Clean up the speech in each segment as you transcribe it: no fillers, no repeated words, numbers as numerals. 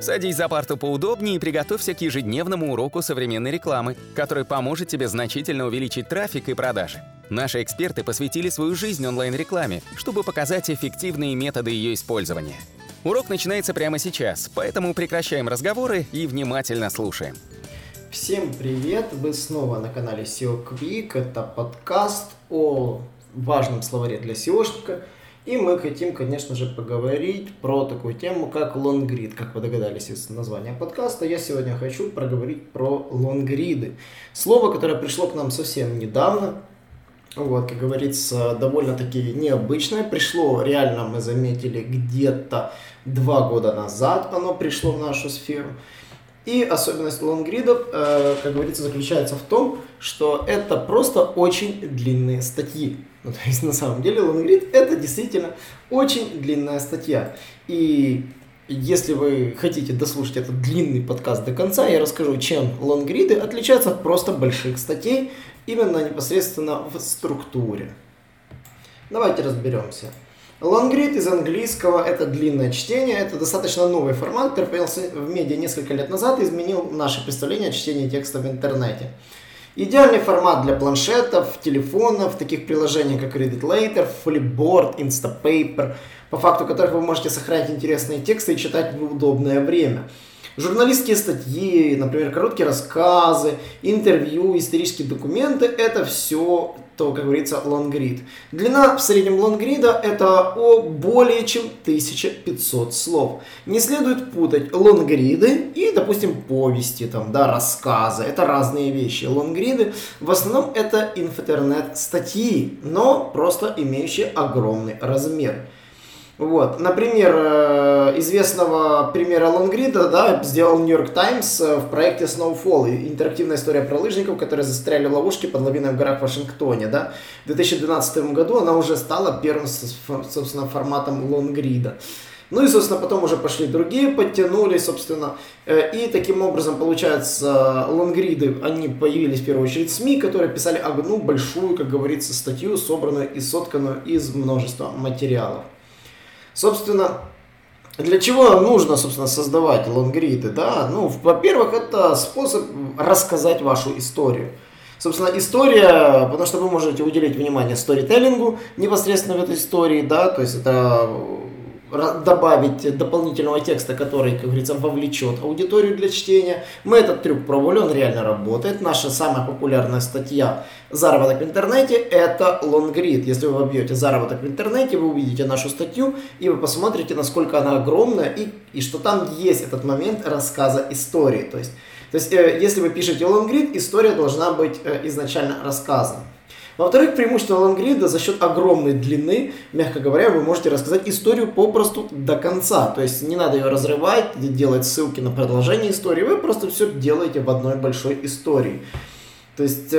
Садись за парту поудобнее и приготовься к ежедневному уроку современной рекламы, который поможет тебе значительно увеличить трафик и продажи. Наши эксперты посвятили свою жизнь онлайн-рекламе, чтобы показать эффективные методы ее использования. Урок начинается прямо сейчас, поэтому прекращаем разговоры и внимательно слушаем. Всем привет! Вы снова на канале SEO Quick. Это подкаст о важном словаре для SEOшника. И мы хотим, конечно же, поговорить про такую тему, как лонгрид. Как вы догадались из названия подкаста, я сегодня хочу проговорить про лонгриды. Слово, которое пришло к нам совсем недавно. Вот, как говорится, довольно-таки необычное. Пришло, реально мы заметили, где-то 2 года назад оно пришло в нашу сферу. И особенность лонгридов, как говорится, заключается в том, что это просто очень длинные статьи. Ну, то есть на самом деле лонгрид это действительно очень длинная статья. И если вы хотите дослушать этот длинный подкаст до конца, я расскажу, чем лонгриды отличаются от просто больших статей, именно непосредственно в структуре. Давайте разберемся. Лонгрид из английского – это длинное чтение, это достаточно новый формат, который появился в медиа несколько лет назад и изменил наше представление о чтении текста в интернете. Идеальный формат для планшетов, телефонов, таких приложений, как Read It Later, Flipboard, Instapaper, по факту которых вы можете сохранять интересные тексты и читать в удобное время. Журналистские статьи, например, короткие рассказы, интервью, исторические документы – это все, то, как говорится, лонгрид. Длина в среднем лонгрида – это более чем 1500 слов. Не следует путать лонгриды и, допустим, повести, рассказы. Это разные вещи. Лонгриды в основном это инфотернет-статьи, но просто имеющие огромный размер. Вот. Например, известного примера лонгрида сделал New York Times в проекте Snowfall, интерактивная история про лыжников, которые застряли в ловушке под лавиной в горах в Вашингтоне. В 2012 году она уже стала первым, собственно, форматом лонгрида. Ну и, собственно, потом уже пошли другие, подтянули, собственно, и таким образом, получается, лонгриды, они появились в первую очередь в СМИ, которые писали одну большую, как говорится, статью, собранную и сотканную из множества материалов. Собственно, для чего нужно, собственно, создавать лонгриды? Во-первых, это способ рассказать вашу историю. Собственно, история, потому что вы можете уделить внимание сторителлингу непосредственно в этой истории, то есть это добавить дополнительного текста, который, как говорится, вовлечет аудиторию для чтения. Мы этот трюк пробовали, он реально работает. Наша самая популярная статья «Заработок в интернете» – это лонгрид. Если вы вобьете «Заработок в интернете», вы увидите нашу статью, и вы посмотрите, насколько она огромная, и что там есть этот момент рассказа истории. То есть, если вы пишете лонгрид, история должна быть изначально рассказана. Во-вторых, преимущество лонгрида за счет огромной длины, мягко говоря, вы можете рассказать историю попросту до конца. То есть не надо ее разрывать, делать ссылки на продолжение истории, вы просто все делаете в одной большой истории. То есть,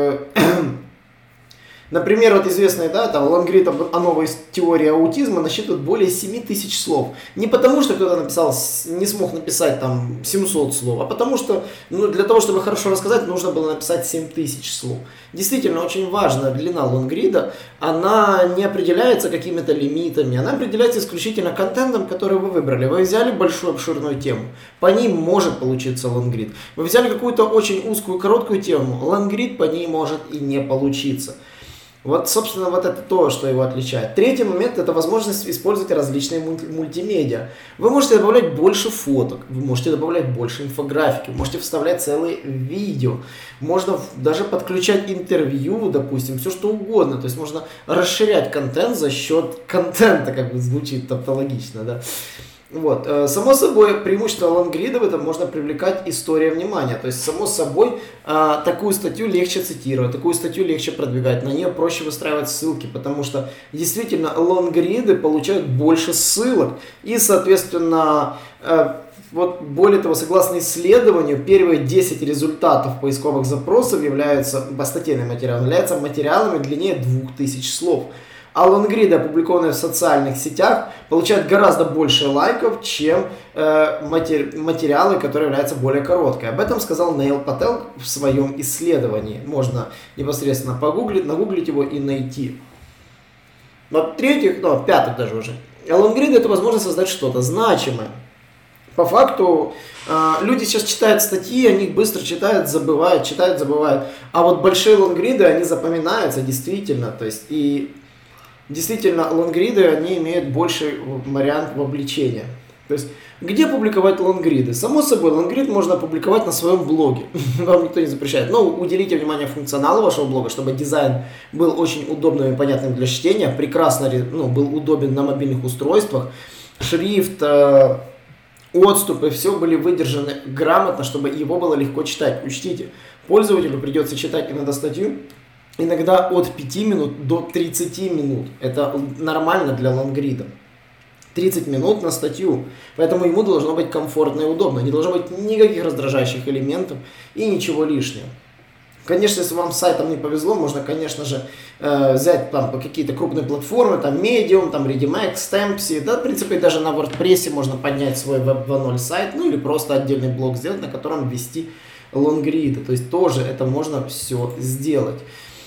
например, известный лонгрид о новой теории аутизма насчитывает более 7000 слов. Не потому, что кто-то не смог написать 700 слов, а потому что для того, чтобы хорошо рассказать, нужно было написать 7000 слов. Действительно, очень важная длина лонгрида, она не определяется какими-то лимитами, она определяется исключительно контентом, который вы выбрали. Вы взяли большую обширную тему, по ней может получиться лонгрид. Вы взяли какую-то очень узкую короткую тему, лонгрид по ней может и не получиться. Собственно, это то, что его отличает. Третий момент – это возможность использовать различные мультимедиа. Вы можете добавлять больше фоток, вы можете добавлять больше инфографики, вы можете вставлять целые видео, можно даже подключать интервью, допустим, все что угодно. То есть можно расширять контент за счет контента, как бы звучит тавтологично, да. Само собой, преимущество лонгридов – это можно привлекать история внимания. То есть, само собой, такую статью легче цитировать, такую статью легче продвигать, на нее проще выстраивать ссылки, потому что действительно лонгриды получают больше ссылок. И, соответственно, более того, согласно исследованию, первые 10 результатов поисковых запросов по статейным материалам, являются материалами длиннее 2000 слов. А лонгриды, опубликованные в социальных сетях, получают гораздо больше лайков, чем материалы, которые являются более короткими. Об этом сказал Нейл Пател в своем исследовании. Можно непосредственно нагуглить его и найти. В-третьих, пятых даже уже. Лонгриды – это возможность создать что-то значимое. по факту люди сейчас читают статьи, они их быстро читают, забывают. А вот большие лонгриды, они запоминаются действительно. То есть, и действительно, лонгриды, они имеют больший вариант вовлечения. То есть, где публиковать лонгриды? Само собой, лонгрид можно публиковать на своем блоге. Вам никто не запрещает. Но уделите внимание функционалу вашего блога, чтобы дизайн был очень удобным и понятным для чтения, прекрасно был удобен на мобильных устройствах, шрифт, отступы, все были выдержаны грамотно, чтобы его было легко читать. Учтите, пользователю придется читать иногда статью, иногда от 5 минут до 30 минут. Это нормально для лонгрида. 30 минут на статью, поэтому ему должно быть комфортно и удобно, не должно быть никаких раздражающих элементов и ничего лишнего. Конечно, если вам с сайтом не повезло, можно, конечно же, взять там какие-то крупные платформы, там Medium, там Redimax, Stampsy, да, в принципе, даже на WordPress можно поднять свой Web 2.0 сайт, или просто отдельный блог сделать, на котором ввести лонгриды, то есть тоже это можно все сделать.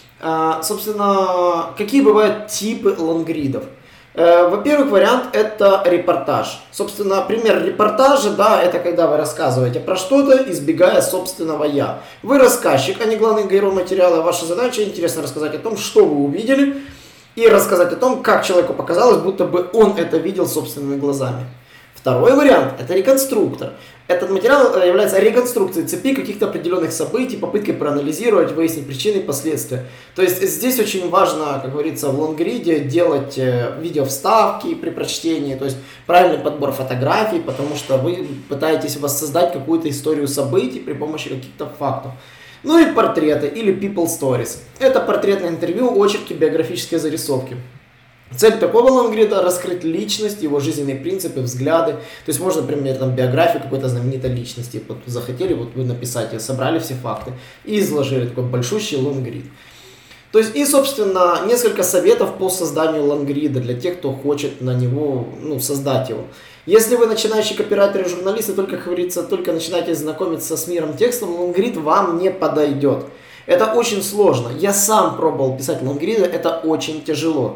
Собственно, какие бывают типы лонгридов? Во-первых, вариант это репортаж. Собственно, пример репортажа, да, это когда вы рассказываете про что-то, избегая собственного я. Вы рассказчик, а не главный герой материала. Ваша задача интересно рассказать о том, что вы увидели, и рассказать о том, как человеку показалось, будто бы он это видел собственными глазами. Второй вариант – это реконструктор. Этот материал является реконструкцией цепи каких-то определенных событий, попыткой проанализировать, выяснить причины и последствия. То есть здесь очень важно, как говорится, в лонгриде делать видеовставки при прочтении, то есть правильный подбор фотографий, потому что вы пытаетесь воссоздать какую-то историю событий при помощи каких-то фактов. Ну и портреты или people stories. Это портретное интервью, очерки, биографические зарисовки. Цель такого лонгрида – раскрыть личность, его жизненные принципы, взгляды. То есть можно, например, там, биографию какой-то знаменитой личности. Вот захотели вот вы написать, собрали все факты и изложили такой большущий лонгрид. То есть и, собственно, несколько советов по созданию лонгрида для тех, кто хочет на него, создать его. Если вы начинающий копирайтер и журналист, и только, как говорится, только начинаете знакомиться с миром текстом, лонгрид вам не подойдет. Это очень сложно. Я сам пробовал писать лонгриды, это очень тяжело.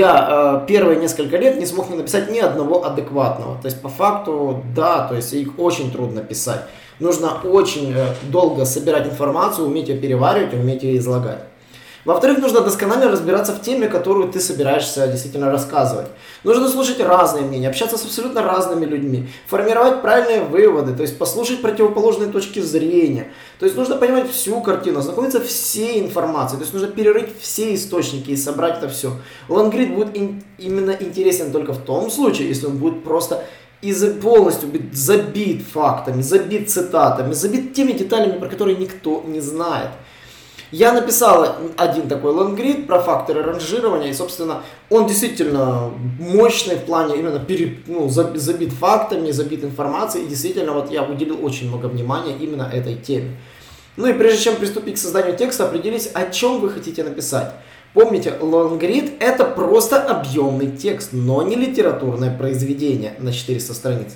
Я первые несколько лет не смог написать ни одного адекватного. То есть по факту, да, то есть их очень трудно писать. Нужно очень долго собирать информацию, уметь ее переваривать, уметь ее излагать. Во-вторых, нужно досконально разбираться в теме, которую ты собираешься действительно рассказывать. Нужно слушать разные мнения, общаться с абсолютно разными людьми, формировать правильные выводы, то есть послушать противоположные точки зрения. То есть нужно понимать всю картину, ознакомиться всей информацией, то есть нужно перерыть все источники и собрать это все. Лонгрид будет именно интересен только в том случае, если он будет просто полностью забит фактами, забит цитатами, забит теми деталями, про которые никто не знает. Я написал один такой лонгрид про факторы ранжирования, и, собственно, он действительно мощный в плане именно забит фактами, забит информацией, и действительно вот я уделил очень много внимания именно этой теме. Ну и прежде чем приступить к созданию текста, определитесь, о чем вы хотите написать. Помните, лонгрид – это просто объемный текст, но не литературное произведение на 400 страниц.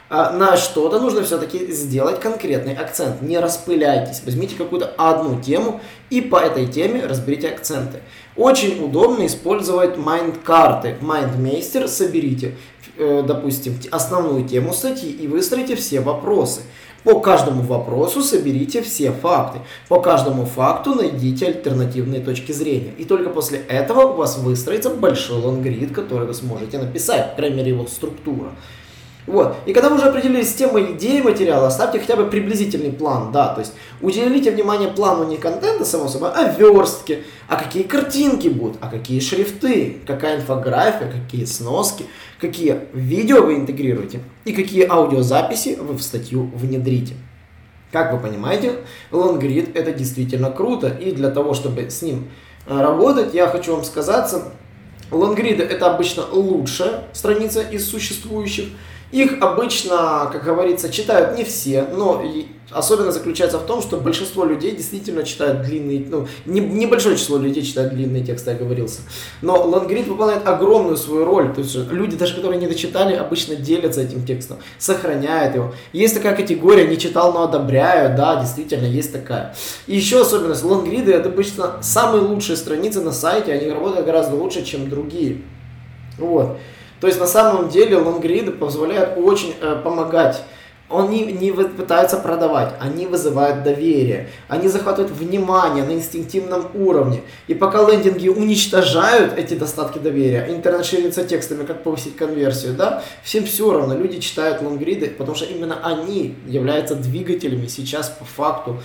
На что-то нужно все-таки сделать конкретный акцент. Не распыляйтесь. Возьмите какую-то одну тему и по этой теме разберите акценты. Очень удобно использовать майнд-карты. В MindMeister соберите, допустим, основную тему статьи и выстроите все вопросы. По каждому вопросу соберите все факты. По каждому факту найдите альтернативные точки зрения. И только после этого у вас выстроится большой лонгрид, который вы сможете написать, по крайней мере его структура. Вот. И когда вы уже определились с темой идеи материала, оставьте хотя бы приблизительный план, да, то есть уделите внимание плану не контента, само собой, а верстке, а какие картинки будут, а какие шрифты, какая инфография, какие сноски, какие видео вы интегрируете и какие аудиозаписи вы в статью внедрите. Как вы понимаете, лонгрид это действительно круто, и для того, чтобы с ним работать, я хочу вам сказать, лонгриды это обычно лучшая страница из существующих. Их обычно, как говорится, читают не все, но особенность заключается в том, что большинство людей действительно читают длинные, небольшое число людей читают длинные тексты, я говорился. Но лонгрид выполняет огромную свою роль, то есть люди, даже которые не дочитали, обычно делятся этим текстом, сохраняют его. Есть такая категория «не читал, но одобряю», да, действительно есть такая. И еще особенность, лонгриды это обычно самые лучшие страницы на сайте, они работают гораздо лучше, чем другие. Вот. То есть на самом деле лонгриды позволяют очень помогать Они не пытаются продавать, они вызывают доверие, они захватывают внимание на инстинктивном уровне. И пока лендинги уничтожают эти достатки доверия, интернет ширится текстами, как повысить конверсию, да, всем все равно, люди читают лонгриды, потому что именно они являются двигателями сейчас по факту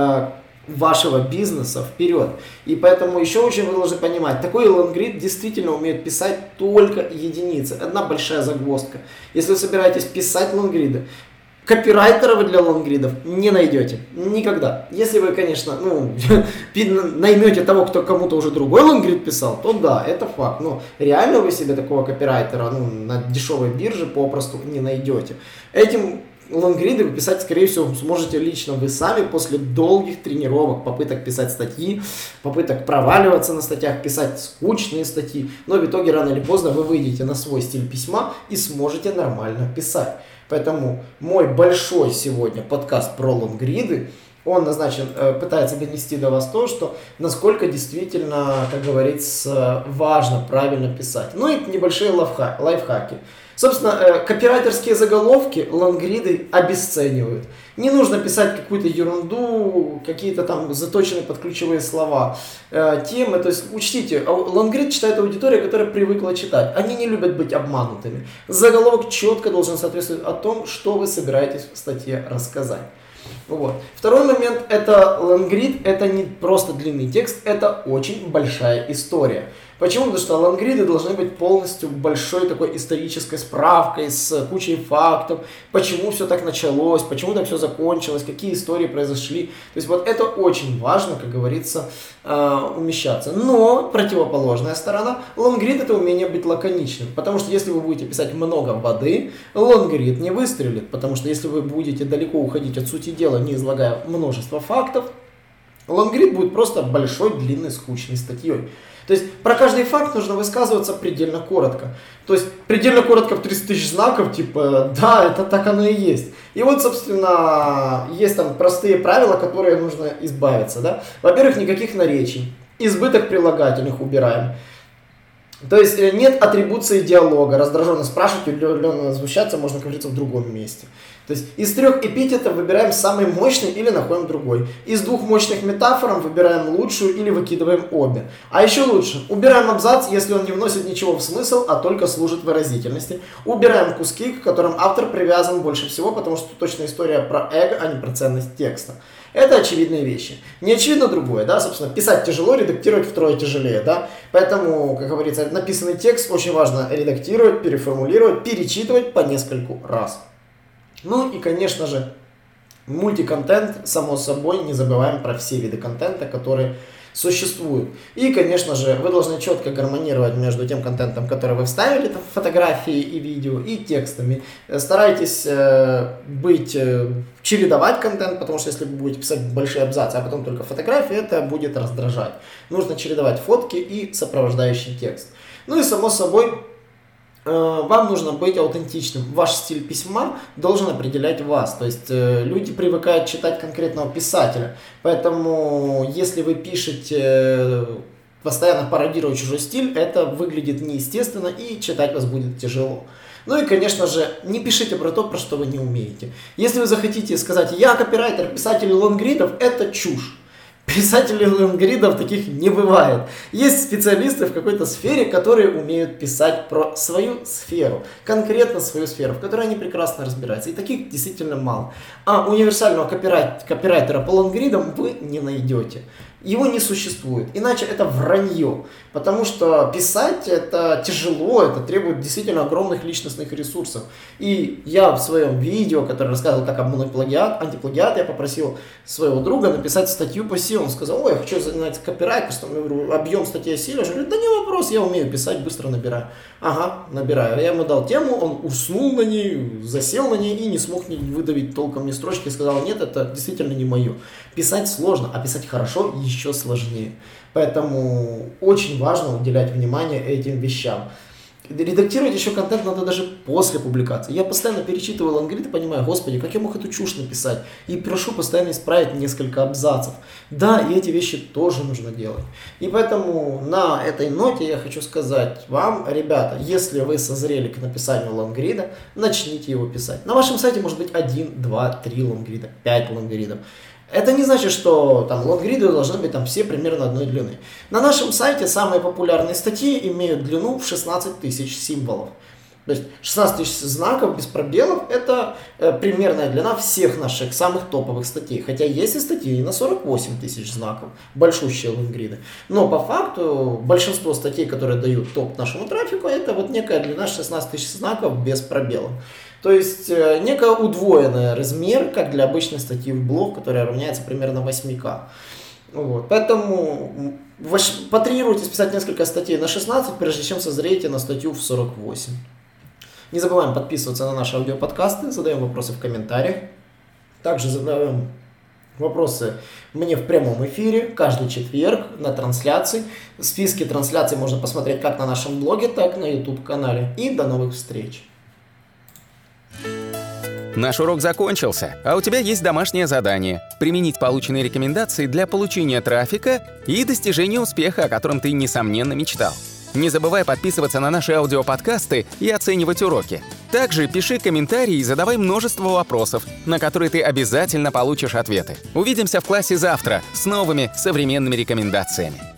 вашего бизнеса вперед. И поэтому еще очень вы должны понимать, такой лонгрид действительно умеют писать только единицы. Одна большая загвоздка. Если вы собираетесь писать лонгриды, копирайтера вы для лонгридов не найдете. Никогда. Если вы, конечно, наймете того, кто кому-то уже другой лонгрид писал, то да, это факт. Но реально вы себе такого копирайтера на дешевой бирже попросту не найдете. Этим лонгриды вы писать, скорее всего, сможете лично вы сами после долгих тренировок, попыток писать статьи, попыток проваливаться на статьях, писать скучные статьи. Но в итоге рано или поздно вы выйдете на свой стиль письма и сможете нормально писать. Поэтому мой большой сегодня подкаст про лонгриды, он пытается донести до вас то, что насколько действительно, как говорится, важно правильно писать. Ну и небольшие лайфхаки. Собственно, копирайтерские заголовки лонгриды обесценивают. Не нужно писать какую-то ерунду, какие-то там заточенные под ключевые слова, темы. То есть учтите, лонгрид читает аудитория, которая привыкла читать. Они не любят быть обманутыми. Заголовок четко должен соответствовать о том, что вы собираетесь в статье рассказать. Вот. Второй момент, это лонгрид, это не просто длинный текст, это очень большая история. Почему? Потому что лонгриды должны быть полностью большой такой исторической справкой с кучей фактов, почему все так началось, почему так все закончилось, какие истории произошли. То есть вот это очень важно, как говорится, умещаться. Но противоположная сторона, лонгрид это умение быть лаконичным. Потому что если вы будете писать много воды, лонгрид не выстрелит. Потому что если вы будете далеко уходить от сути дела, не излагая множество фактов, лонгрид будет просто большой, длинной, скучной статьей. То есть про каждый факт нужно высказываться предельно коротко. То есть предельно коротко в 30 тысяч знаков, типа, да, это так оно и есть. И вот, собственно, есть там простые правила, которые нужно избавиться. Да? Во-первых, никаких наречий. Избыток прилагательных убираем. То есть нет атрибуции диалога. Раздраженно спрашивать, удивленно возмущаться можно, как говорится, в другом месте. То есть из 3 эпитетов выбираем самый мощный или находим другой. Из 2 мощных метафор выбираем лучшую или выкидываем обе. А еще лучше, убираем абзац, если он не вносит ничего в смысл, а только служит выразительности. Убираем куски, к которым автор привязан больше всего, потому что точно история про эго, а не про ценность текста. Это очевидные вещи. Не очевидно другое, да, собственно, писать тяжело, редактировать втрое тяжелее, да. Поэтому, как говорится, написанный текст очень важно редактировать, переформулировать, перечитывать по нескольку раз. Ну и, конечно же, мультиконтент, само собой, не забываем про все виды контента, которые существуют. И, конечно же, вы должны четко гармонировать между тем контентом, который вы вставили, там, фотографии и видео, и текстами. Старайтесь чередовать контент, потому что если вы будете писать большие абзацы, а потом только фотографии, это будет раздражать. Нужно чередовать фотки и сопровождающий текст. Ну и, само собой, вам нужно быть аутентичным. Ваш стиль письма должен определять вас. То есть люди привыкают читать конкретного писателя. Поэтому если вы пишете, постоянно пародируя чужой стиль, это выглядит неестественно и читать вас будет тяжело. Ну и, конечно же, не пишите про то, про что вы не умеете. Если вы захотите сказать «я копирайтер, писатель лонгридов», это чушь. Писателей лонгридов таких не бывает. Есть специалисты в какой-то сфере, которые умеют писать про свою сферу, конкретно свою сферу, в которой они прекрасно разбираются. И таких действительно мало. А универсального копирайтера по лонгридам вы не найдете. Его не существует. Иначе это вранье. Потому что писать это тяжело, это требует действительно огромных личностных ресурсов. И я в своем видео, которое рассказывал, как обмануть антиплагиат, я попросил своего друга написать статью по SEO. Он сказал: ой, я хочу заниматься копирайтерством. Я говорю, объем статьи сильный. Я говорю, да не вопрос, я умею писать, быстро набираю. Ага, набираю. Я ему дал тему, он уснул на ней, засел на ней и не смог выдавить толком ни строчки. И сказал, нет, это действительно не мое. Писать сложно, а писать хорошо еще сложнее. Поэтому очень важно уделять внимание этим вещам. Редактировать еще контент надо даже после публикации. Я постоянно перечитываю лонгрид и понимаю, господи, как я мог эту чушь написать. И прошу постоянно исправить несколько абзацев. Да, и эти вещи тоже нужно делать. И поэтому на этой ноте я хочу сказать вам, ребята, если вы созрели к написанию лонгрида, начните его писать. На вашем сайте может быть 1, 2, 3 лонгрида, 5 лонгридов. Это не значит, что там лонгриды должны быть там все примерно одной длины. На нашем сайте самые популярные статьи имеют длину в 16 тысяч символов. То есть 16 тысяч знаков без пробелов – это примерная длина всех наших самых топовых статей. Хотя есть и статьи на 48 тысяч знаков, большущие лонгриды. Но по факту большинство статей, которые дают топ нашему трафику, это вот некая длина 16 тысяч знаков без пробелов. То есть некий удвоенный размер, как для обычной статьи в блог, которая равняется примерно 8К. Вот. Поэтому потренируйтесь писать несколько статей на 16, прежде чем созреете на статью в 48. Не забываем подписываться на наши аудиоподкасты, задаем вопросы в комментариях. Также задаем вопросы мне в прямом эфире каждый четверг на трансляции. Списки трансляций можно посмотреть как на нашем блоге, так и на YouTube-канале. И до новых встреч! Наш урок закончился, а у тебя есть домашнее задание – применить полученные рекомендации для получения трафика и достижения успеха, о котором ты, несомненно, мечтал. Не забывай подписываться на наши аудиоподкасты и оценивать уроки. Также пиши комментарии и задавай множество вопросов, на которые ты обязательно получишь ответы. Увидимся в классе завтра с новыми современными рекомендациями.